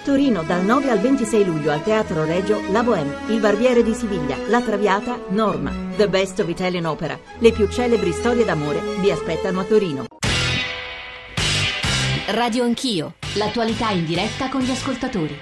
Torino dal 9 al 26 luglio al Teatro Regio La Bohème, Il Barbiere di Siviglia, La Traviata, Norma. The Best of Italian Opera. Le più celebri storie d'amore vi aspettano a Torino. Radio Anch'io, l'attualità in diretta con gli ascoltatori.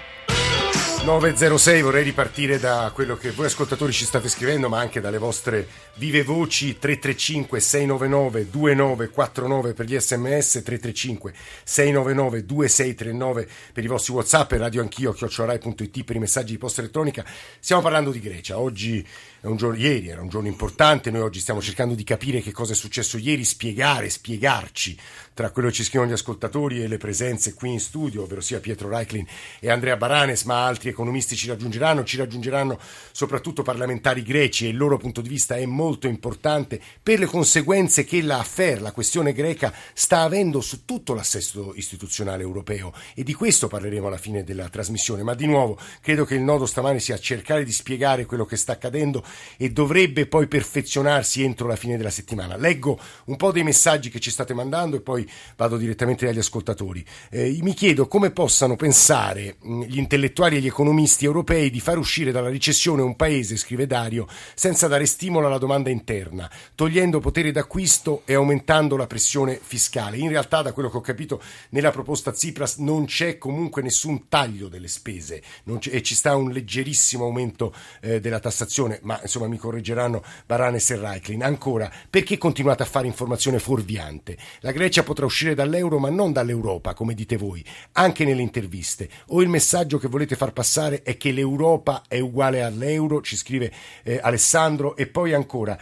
9.06, vorrei ripartire da quello che voi ascoltatori ci state scrivendo, ma anche dalle vostre vive voci. 335 699 2949 per gli sms, 335 699 2639 per i vostri WhatsApp e Radio Anch'io @rai.it per i messaggi di posta elettronica. Stiamo parlando di Grecia. Oggi è un giorno, ieri era un giorno importante, noi oggi stiamo cercando di capire che cosa è successo ieri, spiegarci tra quello che ci scrivono gli ascoltatori e le presenze qui in studio, ovvero sia Pietro Reiklin e Andrea Baranes, ma altri economisti ci raggiungeranno soprattutto parlamentari greci, e il loro punto di vista è molto importante per le conseguenze che la questione greca, sta avendo su tutto l'assetto istituzionale europeo, e di questo parleremo alla fine della trasmissione. Ma di nuovo credo che il nodo stamani sia cercare di spiegare quello che sta accadendo, e dovrebbe poi perfezionarsi entro la fine della settimana. Leggo un po' dei messaggi che ci state mandando e poi vado direttamente dagli ascoltatori. Mi chiedo come possano pensare gli intellettuali e gli economisti europei di far uscire dalla recessione un paese, scrive Dario, senza dare stimolo alla domanda interna, togliendo potere d'acquisto e aumentando la pressione fiscale. In realtà, da quello che ho capito, nella proposta Tsipras non c'è comunque nessun taglio delle spese, e ci sta un leggerissimo aumento della tassazione, ma insomma mi correggeranno Baranes e Reiklin. Ancora, perché continuate a fare informazione fuorviante? La Grecia potrà uscire dall'euro, ma non dall'Europa, come dite voi, anche nelle interviste. O il messaggio che volete far passare è che l'Europa è uguale all'euro, ci scrive Alessandro. E poi ancora,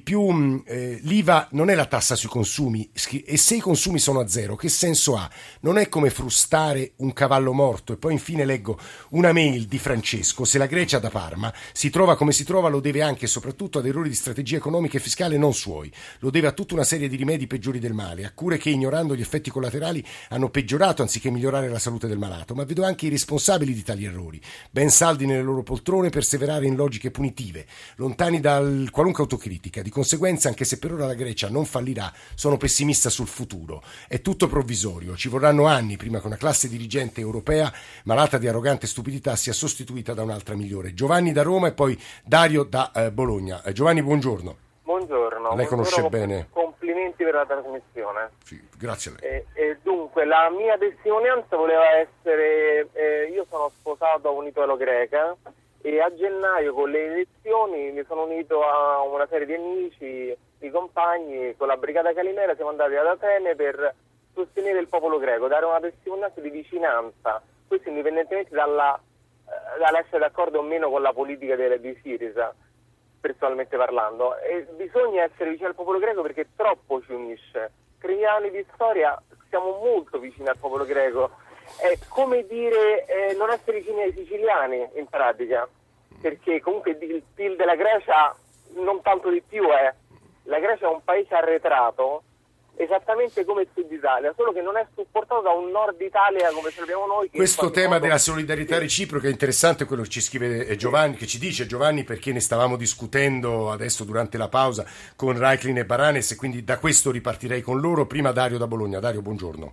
l'IVA non è la tassa sui consumi, e se i consumi sono a zero, che senso ha? Non è come frustare un cavallo morto. E poi infine leggo una mail di Francesco: se la Grecia da Parma si trova come si trova, lo deve anche e soprattutto ad errori di strategia economica e fiscale non suoi, lo deve a tutta una serie di rimedi peggiori del male, a cure che, ignorando gli effetti collaterali, hanno peggiorato anziché migliorare la salute del malato. Ma vedo anche i responsabili di tali errori, ben saldi nelle loro poltrone, perseverare in logiche punitive, lontani da qualunque autocritica. Di conseguenza, anche se per ora la Grecia non fallirà, sono pessimista sul futuro. È tutto provvisorio, ci vorranno anni prima che una classe dirigente europea malata di arrogante stupidità sia sostituita da un'altra migliore. Giovanni da Roma e poi Dario da Bologna. Giovanni, buongiorno. Buongiorno. Lei conosce bene. Complimenti per la trasmissione. Sì, grazie a lei. Dunque, la mia testimonianza voleva essere, io sono sposato a un'italo-greca e a gennaio con le elezioni mi sono unito a una serie di amici, di compagni, con la Brigata Calimera siamo andati ad Atene per sostenere il popolo greco, dare una testimonianza di vicinanza, questo indipendentemente dall'essere d'accordo o meno con la politica di Siriza, personalmente parlando. E bisogna essere vicini al popolo greco perché troppo ci unisce. 3 anni di storia, siamo molto vicini al popolo greco. È come dire non essere vicini ai siciliani in pratica, perché comunque il PIL della Grecia non tanto di più è. La Grecia è un paese arretrato esattamente come il Sud Italia, solo che non è supportato da un Nord Italia come ce l'abbiamo noi. Questo tema della solidarietà reciproca è interessante, quello che ci scrive Giovanni, che ci dice Giovanni, perché ne stavamo discutendo adesso durante la pausa con Reiklin e Baranes, e quindi da questo ripartirei con loro. Prima Dario da Bologna. Dario, buongiorno.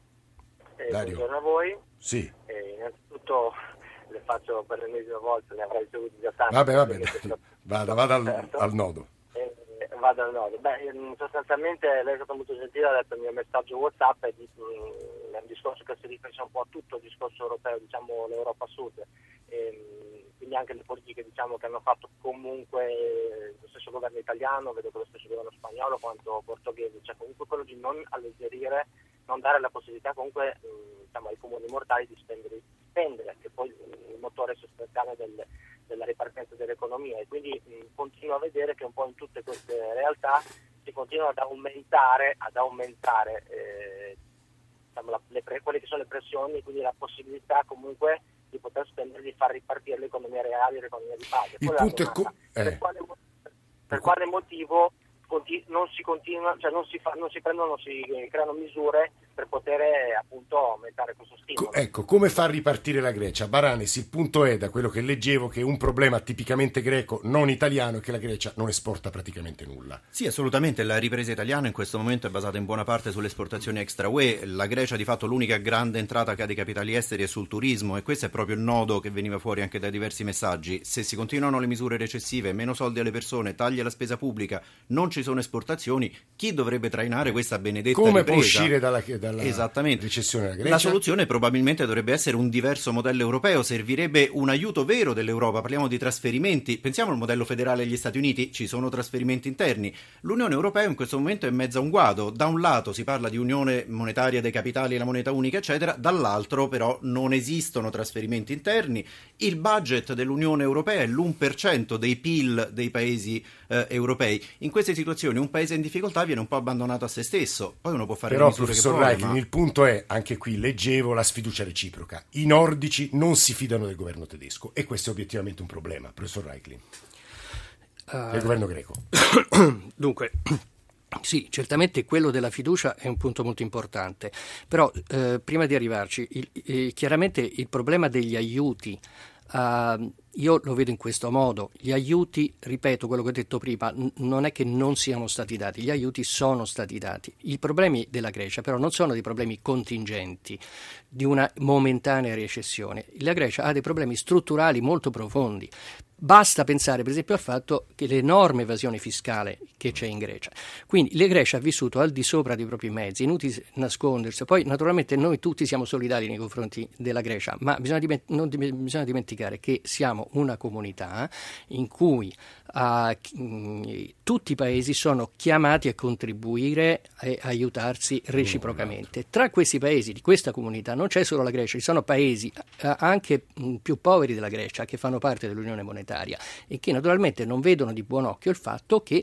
Dario. Buongiorno a voi. Sì. Innanzitutto le faccio per l'ennesima volta, ne avrei ricevuti già tanti. Vabbè, vada al nodo. Vado al nodo. Sostanzialmente lei è stata molto gentile, ha detto il mio messaggio WhatsApp è un discorso che si riferisce un po' a tutto il discorso europeo, diciamo l'Europa Sud, quindi anche le politiche diciamo che hanno fatto comunque lo stesso governo italiano, vedo che lo stesso governo spagnolo quanto portoghese, cioè comunque quello di non alleggerire, non dare la possibilità comunque diciamo ai comuni mortali di spendere, che poi il motore sostanziale della ripartenza dell'economia, e quindi continuo a vedere che un po' in tutte queste realtà si continua ad aumentare diciamo, quelle che sono le pressioni, quindi la possibilità comunque di poter spendere, di far ripartire l'economia reale e l'economia di base. Il punto è per quale motivo creano misure per poter appunto aumentare questo stimolo. Ecco, come far ripartire la Grecia? Baranes, il punto è, da quello che leggevo, che un problema tipicamente greco, non italiano, è che la Grecia non esporta praticamente nulla. Sì, assolutamente, la ripresa italiana in questo momento è basata in buona parte sulle esportazioni extra UE. La Grecia di fatto l'unica grande entrata che ha dei capitali esteri è sul turismo, e questo è proprio il nodo che veniva fuori anche da diversi messaggi. Se si continuano le misure recessive, meno soldi alle persone, tagli alla spesa pubblica, non ci sono esportazioni, chi dovrebbe trainare questa benedetta come ripresa? Può uscire dalla recessione della Grecia? La soluzione probabilmente dovrebbe essere un diverso modello europeo, servirebbe un aiuto vero dell'Europa, parliamo di trasferimenti, pensiamo al modello federale degli Stati Uniti, ci sono trasferimenti interni, l'Unione Europea in questo momento è in mezzo a un guado, da un lato si parla di unione monetaria dei capitali, la moneta unica eccetera, dall'altro però non esistono trasferimenti interni, il budget dell'Unione Europea è l'1% dei PIL dei paesi europei, in queste situazioni un paese in difficoltà viene un po' abbandonato a se stesso, poi uno può fare però, le misure professor che vuole, Reichling, il punto è, anche qui leggevo, la sfiducia reciproca. I nordici non si fidano del governo tedesco e questo è obiettivamente un problema, professor Reichling, del governo greco. Dunque, sì, certamente quello della fiducia è un punto molto importante, però prima di arrivarci, chiaramente il problema degli aiuti, io lo vedo in questo modo: gli aiuti, ripeto quello che ho detto prima, non è che non siano stati dati, gli aiuti sono stati dati. I problemi della Grecia però non sono dei problemi contingenti di una momentanea recessione, la Grecia ha dei problemi strutturali molto profondi. Basta pensare per esempio al fatto che l'enorme evasione fiscale che c'è in Grecia, quindi la Grecia ha vissuto al di sopra dei propri mezzi, inutile nascondersi. Poi naturalmente noi tutti siamo solidari nei confronti della Grecia, ma bisogna dimenticare che siamo una comunità in cui tutti i paesi sono chiamati a contribuire e aiutarsi reciprocamente. Tra questi paesi di questa comunità non c'è solo la Grecia, ci sono paesi anche più poveri della Grecia che fanno parte dell'Unione Monetaria e che naturalmente non vedono di buon occhio il fatto che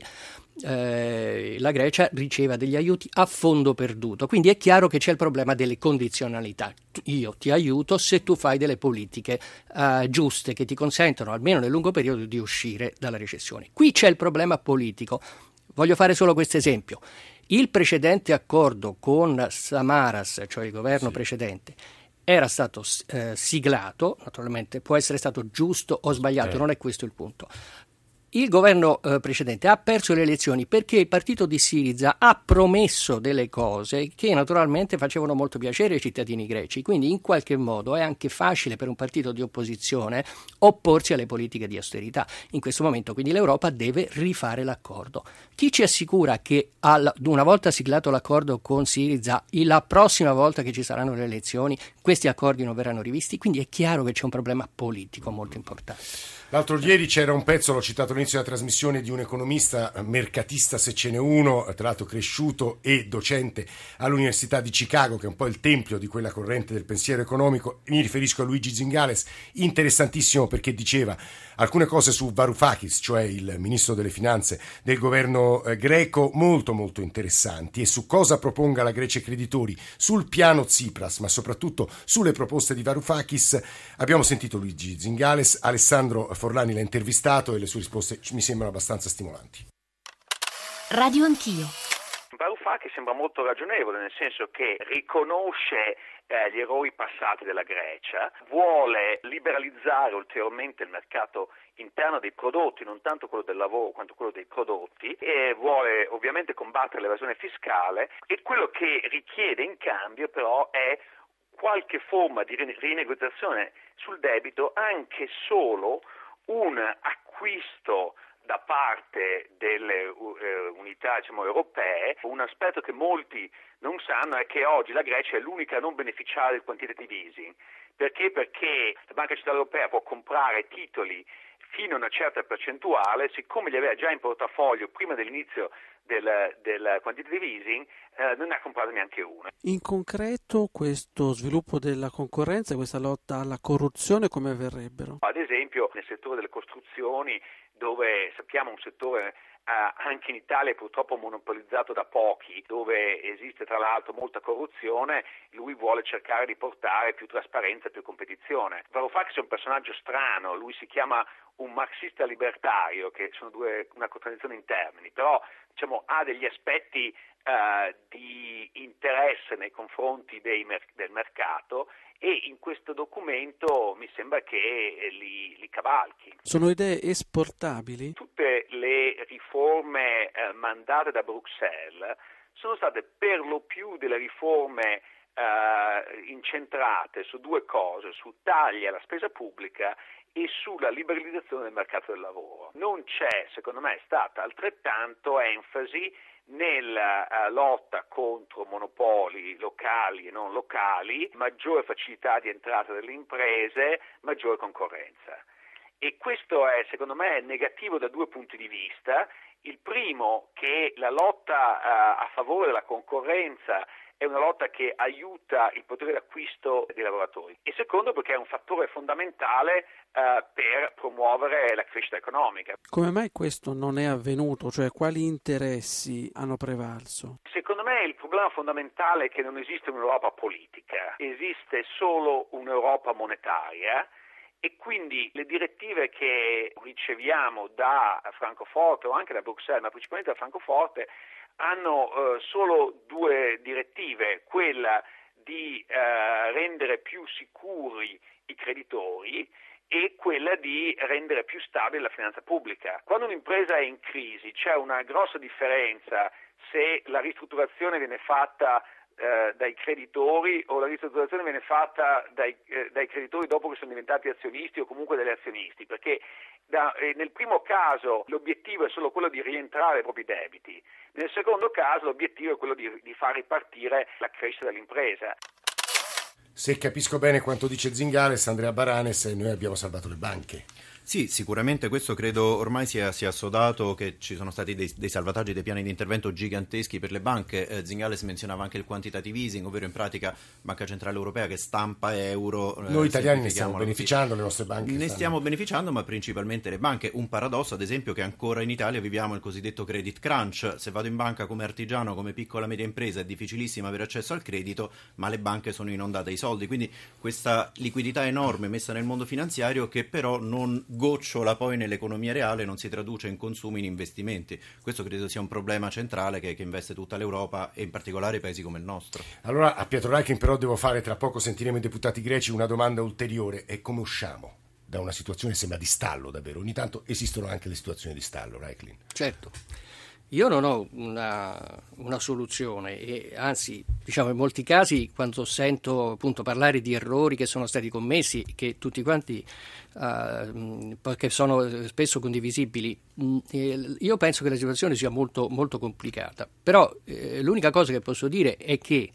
la Grecia riceva degli aiuti a fondo perduto. Quindi è chiaro che c'è il problema delle condizionalità. Io ti aiuto se tu fai delle politiche giuste che ti consentono almeno nel lungo periodo di uscire dalla recessione. Qui c'è il problema politico. Voglio fare solo questo esempio. Il precedente accordo con Samaras, cioè il governo precedente, era stato siglato, naturalmente può essere stato giusto o sbagliato, non è questo il punto. Il governo precedente ha perso le elezioni perché il partito di Syriza ha promesso delle cose che naturalmente facevano molto piacere ai cittadini greci, quindi in qualche modo è anche facile per un partito di opposizione opporsi alle politiche di austerità. In questo momento quindi l'Europa deve rifare l'accordo. Chi ci assicura che una volta siglato l'accordo con Syriza, la prossima volta che ci saranno le elezioni, questi accordi non verranno rivisti? Quindi è chiaro che c'è un problema politico molto importante. L'altro ieri c'era un pezzo, l'ho citato all'inizio della trasmissione, di un economista mercatista, se ce n'è uno, tra l'altro cresciuto e docente all'Università di Chicago, che è un po' il tempio di quella corrente del pensiero economico. Mi riferisco a Luigi Zingales, interessantissimo perché diceva alcune cose su Varoufakis, cioè il ministro delle finanze del governo greco, molto molto interessanti, e su cosa proponga la Grecia ai creditori sul piano Tsipras, ma soprattutto sulle proposte di Varoufakis. Abbiamo sentito Luigi Zingales, Alessandro Forlani l'ha intervistato e le sue risposte mi sembrano abbastanza stimolanti. Radio Anch'io. Varoufakis sembra molto ragionevole, nel senso che riconosce gli errori passati della Grecia, vuole liberalizzare ulteriormente il mercato interno dei prodotti, non tanto quello del lavoro quanto quello dei prodotti, e vuole ovviamente combattere l'evasione fiscale, e quello che richiede in cambio però è qualche forma di rinegoziazione sul debito, anche solo un acquisto da parte delle unità europee. Un aspetto che molti non sanno è che oggi la Grecia è l'unica a non beneficiare del quantitative easing. Perché? Perché la Banca Centrale Europea può comprare titoli fino a una certa percentuale, siccome li aveva già in portafoglio prima dell'inizio del quantitative easing, non ne ha comprato neanche uno. In concreto questo sviluppo della concorrenza e questa lotta alla corruzione come avverrebbero? Ad esempio nel settore delle costruzioni, dove sappiamo un settore anche in Italia è purtroppo monopolizzato da pochi, dove esiste tra l'altro molta corruzione. Lui vuole cercare di portare più trasparenza e più competizione. Varoufakis è un personaggio strano, lui si chiama un marxista libertario, che sono una contraddizione in termini, però ha degli aspetti di interesse nei confronti del mercato, e in questo documento mi sembra che li cavalchi. Sono idee esportabili? Tutte le riforme mandate da Bruxelles sono state per lo più delle riforme incentrate su due cose: su tagli alla spesa pubblica e sulla liberalizzazione del mercato del lavoro. Non c'è, secondo me, stata altrettanto enfasi nella lotta contro monopoli locali e non locali, maggiore facilità di entrata delle imprese, maggiore concorrenza. E questo è, secondo me, negativo da due punti di vista. Il primo, che la lotta a favore della concorrenza è una lotta che aiuta il potere d'acquisto dei lavoratori, e secondo, perché è un fattore fondamentale per promuovere la crescita economica. Come mai questo non è avvenuto? Cioè, quali interessi hanno prevalso? Secondo me il problema fondamentale è che non esiste un'Europa politica, esiste solo un'Europa monetaria, e quindi le direttive che riceviamo da Francoforte o anche da Bruxelles, ma principalmente da Francoforte, hanno solo due direttive: quella di rendere più sicuri i creditori e quella di rendere più stabile la finanza pubblica. Quando un'impresa è in crisi c'è una grossa differenza se la ristrutturazione viene fatta dai creditori o la ristrutturazione viene fatta dai creditori dopo che sono diventati azionisti o comunque degli azionisti, perché nel primo caso l'obiettivo è solo quello di rientrare ai propri debiti, nel secondo caso l'obiettivo è quello di far ripartire la crescita dell'impresa. Se capisco bene quanto dice Zingales, Andrea Baranes, noi abbiamo salvato le banche. Sì, sicuramente questo credo ormai sia assodato, che ci sono stati dei salvataggi, dei piani di intervento giganteschi per le banche. Zingales menzionava anche il quantitative easing, ovvero in pratica Banca Centrale Europea che stampa euro. Noi italiani ne stiamo beneficiando, le nostre banche ne stiamo beneficiando, ma principalmente le banche. Un paradosso, ad esempio, che ancora in Italia viviamo il cosiddetto credit crunch. Se vado in banca come artigiano, come piccola e media impresa, è difficilissimo avere accesso al credito, ma le banche sono inondate di soldi. Quindi questa liquidità enorme messa nel mondo finanziario, che però non gocciola poi nell'economia reale, non si traduce in consumi, in investimenti. Questo credo sia un problema centrale che investe tutta l'Europa e in particolare paesi come il nostro. Allora a Pietro Reichen però devo fare, tra poco sentiremo i deputati greci, una domanda ulteriore: e come usciamo da una situazione che sembra di stallo davvero? Ogni tanto esistono anche le situazioni di stallo, Reichen. Certo. Io non ho una soluzione, e anzi, diciamo, in molti casi, quando sento appunto parlare di errori che sono stati commessi, che tutti quanti che sono spesso condivisibili, io penso che la situazione sia molto, molto complicata. Però l'unica cosa che posso dire è che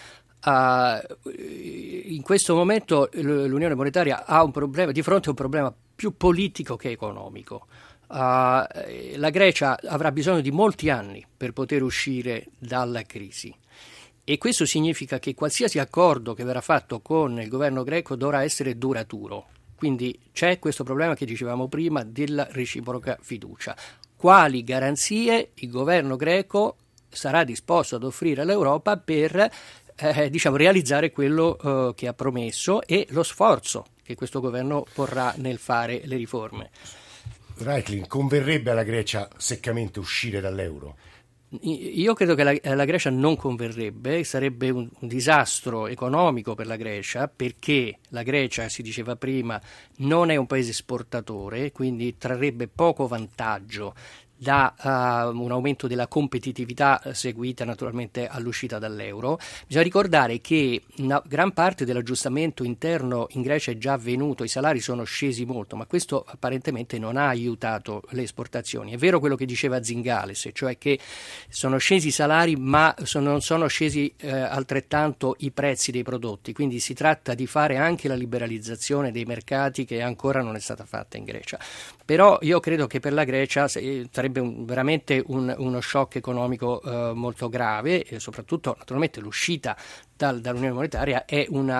in questo momento l'Unione Monetaria ha un problema, di fronte a un problema più politico che economico. La Grecia avrà bisogno di molti anni per poter uscire dalla crisi, e questo significa che qualsiasi accordo che verrà fatto con il governo greco dovrà essere duraturo. Quindi c'è questo problema che dicevamo prima della reciproca fiducia. Quali garanzie il governo greco sarà disposto ad offrire all'Europa per realizzare quello che ha promesso, e lo sforzo che questo governo porrà nel fare le riforme. Reichen, converrebbe alla Grecia seccamente uscire dall'euro? Io credo che la Grecia non converrebbe, sarebbe un disastro economico per la Grecia, perché la Grecia, si diceva prima, non è un paese esportatore, quindi trarrebbe poco vantaggio da un aumento della competitività seguita naturalmente all'uscita dall'euro. Bisogna ricordare che una gran parte dell'aggiustamento interno in Grecia è già avvenuto, i salari sono scesi molto, ma questo apparentemente non ha aiutato le esportazioni. È vero quello che diceva Zingales, cioè che sono scesi i salari, ma non sono scesi altrettanto i prezzi dei prodotti, quindi si tratta di fare anche la liberalizzazione dei mercati, che ancora non è stata fatta in Grecia. Però io credo che per la Grecia sarebbe veramente uno shock economico molto grave, e soprattutto naturalmente l'uscita dall'Unione Monetaria è una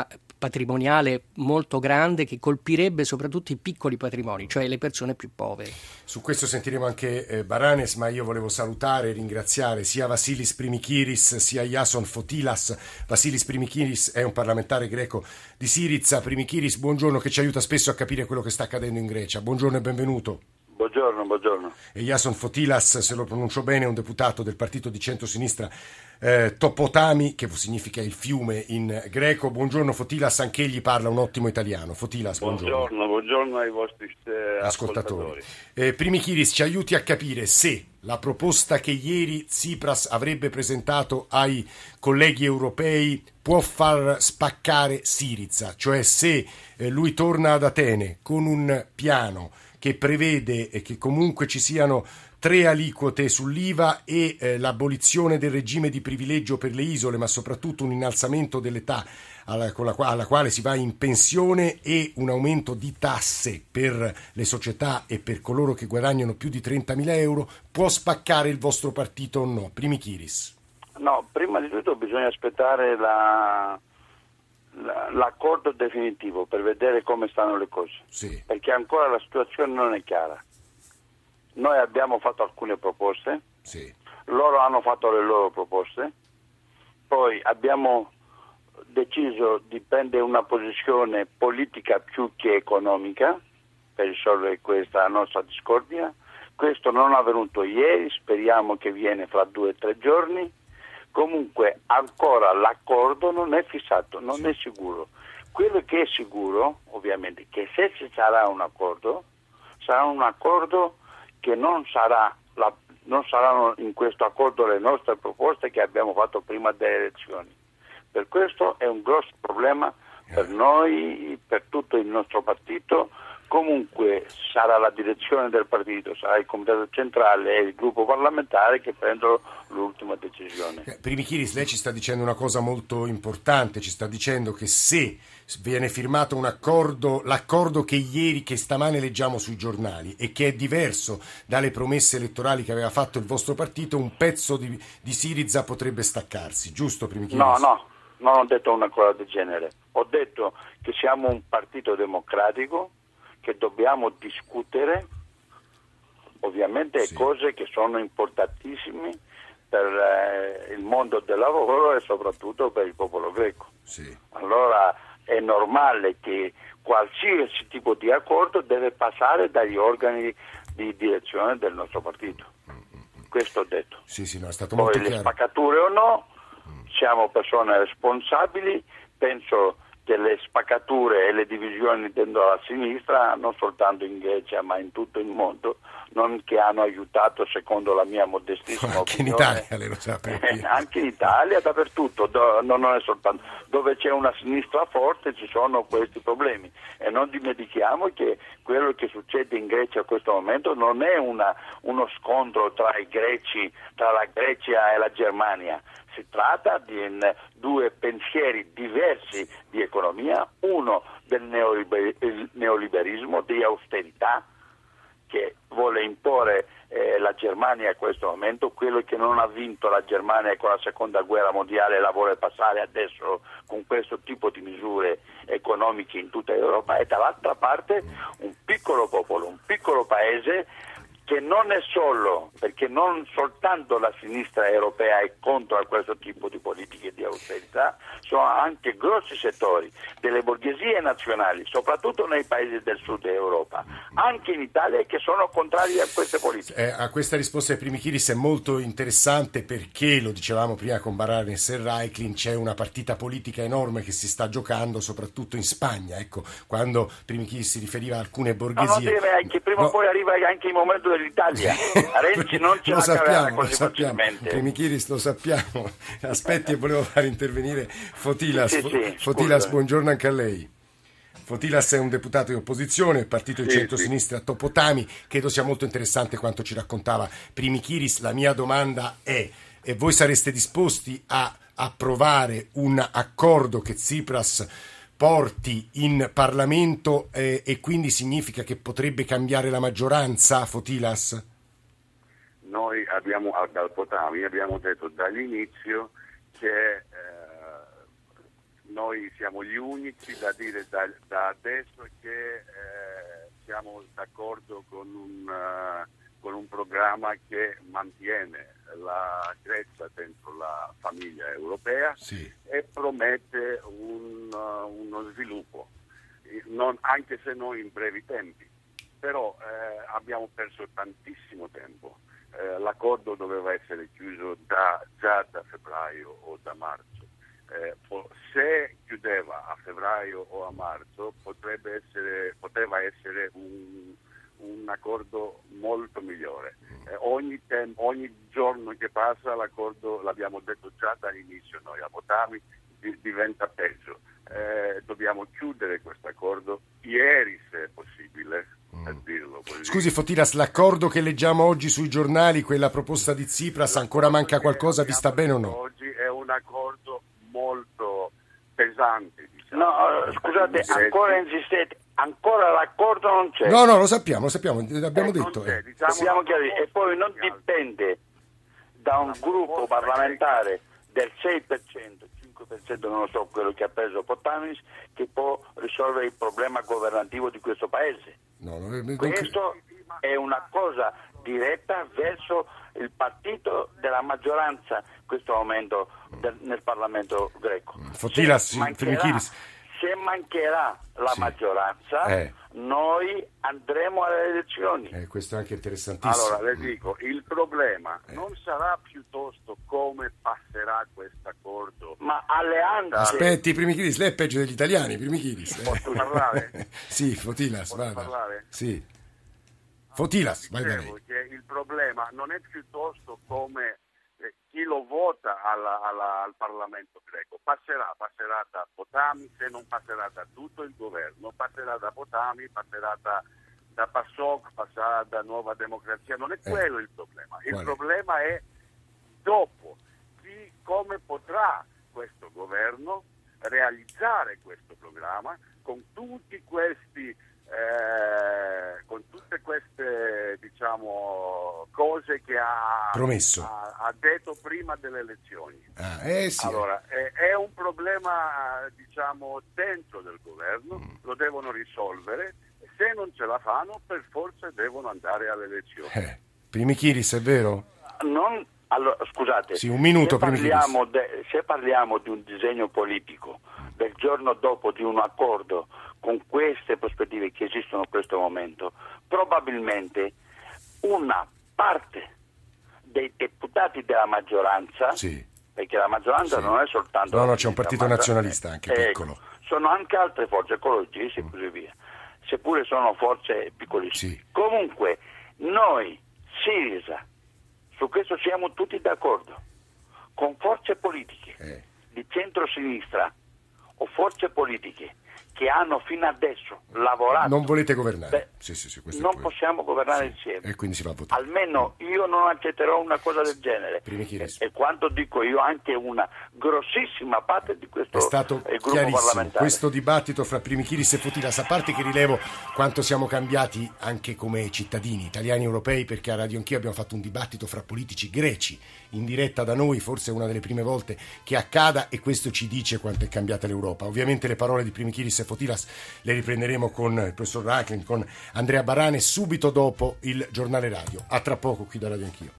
patrimoniale molto grande che colpirebbe soprattutto i piccoli patrimoni, cioè le persone più povere. Su questo sentiremo anche Baranes, ma io volevo salutare e ringraziare sia Vasilis Primikiris sia Iason Fotilas. Vasilis Primikiris è un parlamentare greco di Syriza. Primikiris, buongiorno, che ci aiuta spesso a capire quello che sta accadendo in Grecia. Buongiorno e benvenuto. Buongiorno. E Iason Fotilas, se lo pronuncio bene, è un deputato del partito di centrosinistra Topotami, che significa il fiume in greco. Buongiorno Fotilas, anch'egli parla un ottimo italiano. Fotilas, Buongiorno ai vostri ascoltatori. Primikiris, ci aiuti a capire se la proposta che ieri Tsipras avrebbe presentato ai colleghi europei può far spaccare Syriza, cioè se lui torna ad Atene con un piano che prevede che comunque ci siano 3 aliquote sull'IVA e l'abolizione del regime di privilegio per le isole, ma soprattutto un innalzamento dell'età alla quale si va in pensione e un aumento di tasse per le società e per coloro che guadagnano più di 30.000 euro, può spaccare il vostro partito o no? Primikiris. No, prima di tutto bisogna aspettare l'accordo definitivo per vedere come stanno le cose, sì. Perché ancora la situazione non è chiara. Noi abbiamo fatto alcune proposte, sì. Loro hanno fatto le loro proposte, poi abbiamo deciso di prendere una posizione politica più che economica per risolvere questa nostra discordia. Questo non è avvenuto ieri, speriamo che viene fra 2 o 3 giorni. Comunque ancora l'accordo non è fissato, non è sicuro. Quello che è sicuro, ovviamente, che se ci sarà un accordo, sarà un accordo che non saranno in questo accordo le nostre proposte che abbiamo fatto prima delle elezioni. Per questo è un grosso problema per noi, per tutto il nostro partito. Comunque sarà la direzione del partito, sarà il comitato centrale e il gruppo parlamentare che prendono l'ultima decisione. Primikiris, lei ci sta dicendo una cosa molto importante, ci sta dicendo che se viene firmato un accordo, l'accordo che stamane leggiamo sui giornali e che è diverso dalle promesse elettorali che aveva fatto il vostro partito, un pezzo di Syriza potrebbe staccarsi, giusto Primikiris? No, non ho detto una cosa del genere. Ho detto che siamo un partito democratico, che dobbiamo discutere ovviamente sì. Cose che sono importantissime per il mondo del lavoro e soprattutto per il popolo greco. Sì. Allora è normale che qualsiasi tipo di accordo deve passare dagli organi di direzione del nostro partito. Questo ho detto. Sì, no, è stato poi molto le chiaro. spaccature o no, siamo persone responsabili, penso che le spaccature e le divisioni dentro la sinistra, non soltanto in Grecia ma in tutto il mondo, non che hanno aiutato, secondo la mia modestissima anche opinione. in Italia, lei lo sa perché. Anche in Italia, dappertutto, non è soltanto dove c'è una sinistra forte ci sono questi problemi e non dimentichiamo che quello che succede in Grecia a questo momento non è uno scontro tra i greci, tra la Grecia e la Germania. Si tratta di 2 pensieri diversi di economia, uno del neoliberismo, di austerità, che vuole imporre la Germania a questo momento, quello che non ha vinto la Germania con la seconda guerra mondiale la vuole passare adesso con questo tipo di misure economiche in tutta Europa, e dall'altra parte un piccolo popolo, un piccolo paese che non è solo, perché non soltanto la sinistra europea è contro a questo tipo di politiche di austerità, sono anche grossi settori delle borghesie nazionali, soprattutto nei paesi del sud Europa, anche in Italia, che sono contrari a queste politiche. A questa risposta di Primikiris è molto interessante perché, lo dicevamo prima con Baranes e Raiklin, c'è una partita politica enorme che si sta giocando soprattutto in Spagna. Ecco, quando Primikiris si riferiva a alcune borghesie... che prima o poi arriva anche il momento dell'Italia. Renzi non ce la caverà così facilmente. Primikiris, lo sappiamo. Aspetti, e volevo far intervenire Fotilas. Sì, Fotilas, buongiorno anche a lei. Fotilas è un deputato di opposizione, il partito di centrosinistra Topotami. Credo sia molto interessante quanto ci raccontava Primikiris. La mia domanda è: voi sareste disposti a approvare un accordo che Tsipras porti in Parlamento e quindi significa che potrebbe cambiare la maggioranza, Fotilas? Noi al Potami abbiamo detto dall'inizio che noi siamo gli unici da dire da adesso che siamo d'accordo con un programma che mantiene la Grecia dentro la famiglia europea, sì, e promette uno sviluppo, anche se non in brevi tempi. Però abbiamo perso tantissimo tempo. L'accordo doveva essere chiuso già da febbraio o da marzo. Se chiudeva a febbraio o a marzo poteva essere un accordo molto migliore. Ogni giorno che passa l'accordo, l'abbiamo detto già dall'inizio noi, a Potami diventa peggio. Dobbiamo chiudere questo accordo ieri, se è possibile, per dirlo così. Scusi Fotilas, l'accordo che leggiamo oggi sui giornali, quella proposta di Tsipras, ancora manca qualcosa? Vi sta bene o no? Oggi è un accordo molto pesante, diciamo. No, scusate, ancora insistete, ancora l'accordo non c'è. No, lo sappiamo, l'abbiamo detto. Dobbiamo chiarire. E poi non dipende da un gruppo parlamentare del 6%, 5%, non so quello che ha preso Potanis, che può risolvere il problema governativo di questo paese. Questo è una cosa diretta verso il partito della maggioranza in questo momento nel Parlamento greco. Fotilas, se mancherà la maggioranza, noi andremo alle elezioni. Questo è anche interessantissimo. Allora, le dico, il problema non sarà piuttosto come passerà questo accordo, ma alleanze. Aspetti, Primichiris, lei è peggio degli italiani, Primichiris. Posso parlare? Sì, Fotilas, Posso parlare? Sì. Fotilas, vai da lei. Che il problema non è piuttosto come chi lo vota al Parlamento greco. Passerà da Potami, se non passerà da tutto il governo, passerà da Potami, passerà da PASOK, passerà da Nuova Democrazia. Non è quello il problema. Il problema è dopo come potrà questo governo realizzare questo programma con tutti questi con tutte queste, diciamo, cose che ha promesso, ha detto prima delle elezioni. Sì. Allora è un problema, diciamo, dentro del governo, lo devono risolvere. Se non ce la fanno, per forza devono andare alle elezioni. Primichiris, è vero? Allora, scusate, sì, un minuto, se parliamo di un disegno politico del giorno dopo di un accordo con queste prospettive che esistono in questo momento, probabilmente una parte dei deputati della maggioranza, perché la maggioranza non è soltanto... No, c'è un partito nazionalista anche piccolo. Sono anche altre forze, ecologisti e così via, seppure sono forze piccolissime. Comunque, noi, Sirisa, su questo siamo tutti d'accordo, con forze politiche di centro-sinistra o forze politiche che hanno fino adesso lavorato. Non volete governare? Non possiamo governare insieme. E quindi si va a votare. Almeno io non accetterò una cosa del genere. E quanto dico io, anche una grossissima parte di questo gruppo parlamentare. Questo dibattito fra Primichiris e Fotilas, a parte che rilevo quanto siamo cambiati anche come cittadini italiani europei, perché a Radio Anch'io abbiamo fatto un dibattito fra politici greci in diretta da noi, forse è una delle prime volte che accada, e questo ci dice quanto è cambiata l'Europa. Ovviamente le parole di Primichiris e Fotilas le riprenderemo con il professor Rachlin, con Andrea Barrane subito dopo il giornale radio. A tra poco qui da Radio Anch'io.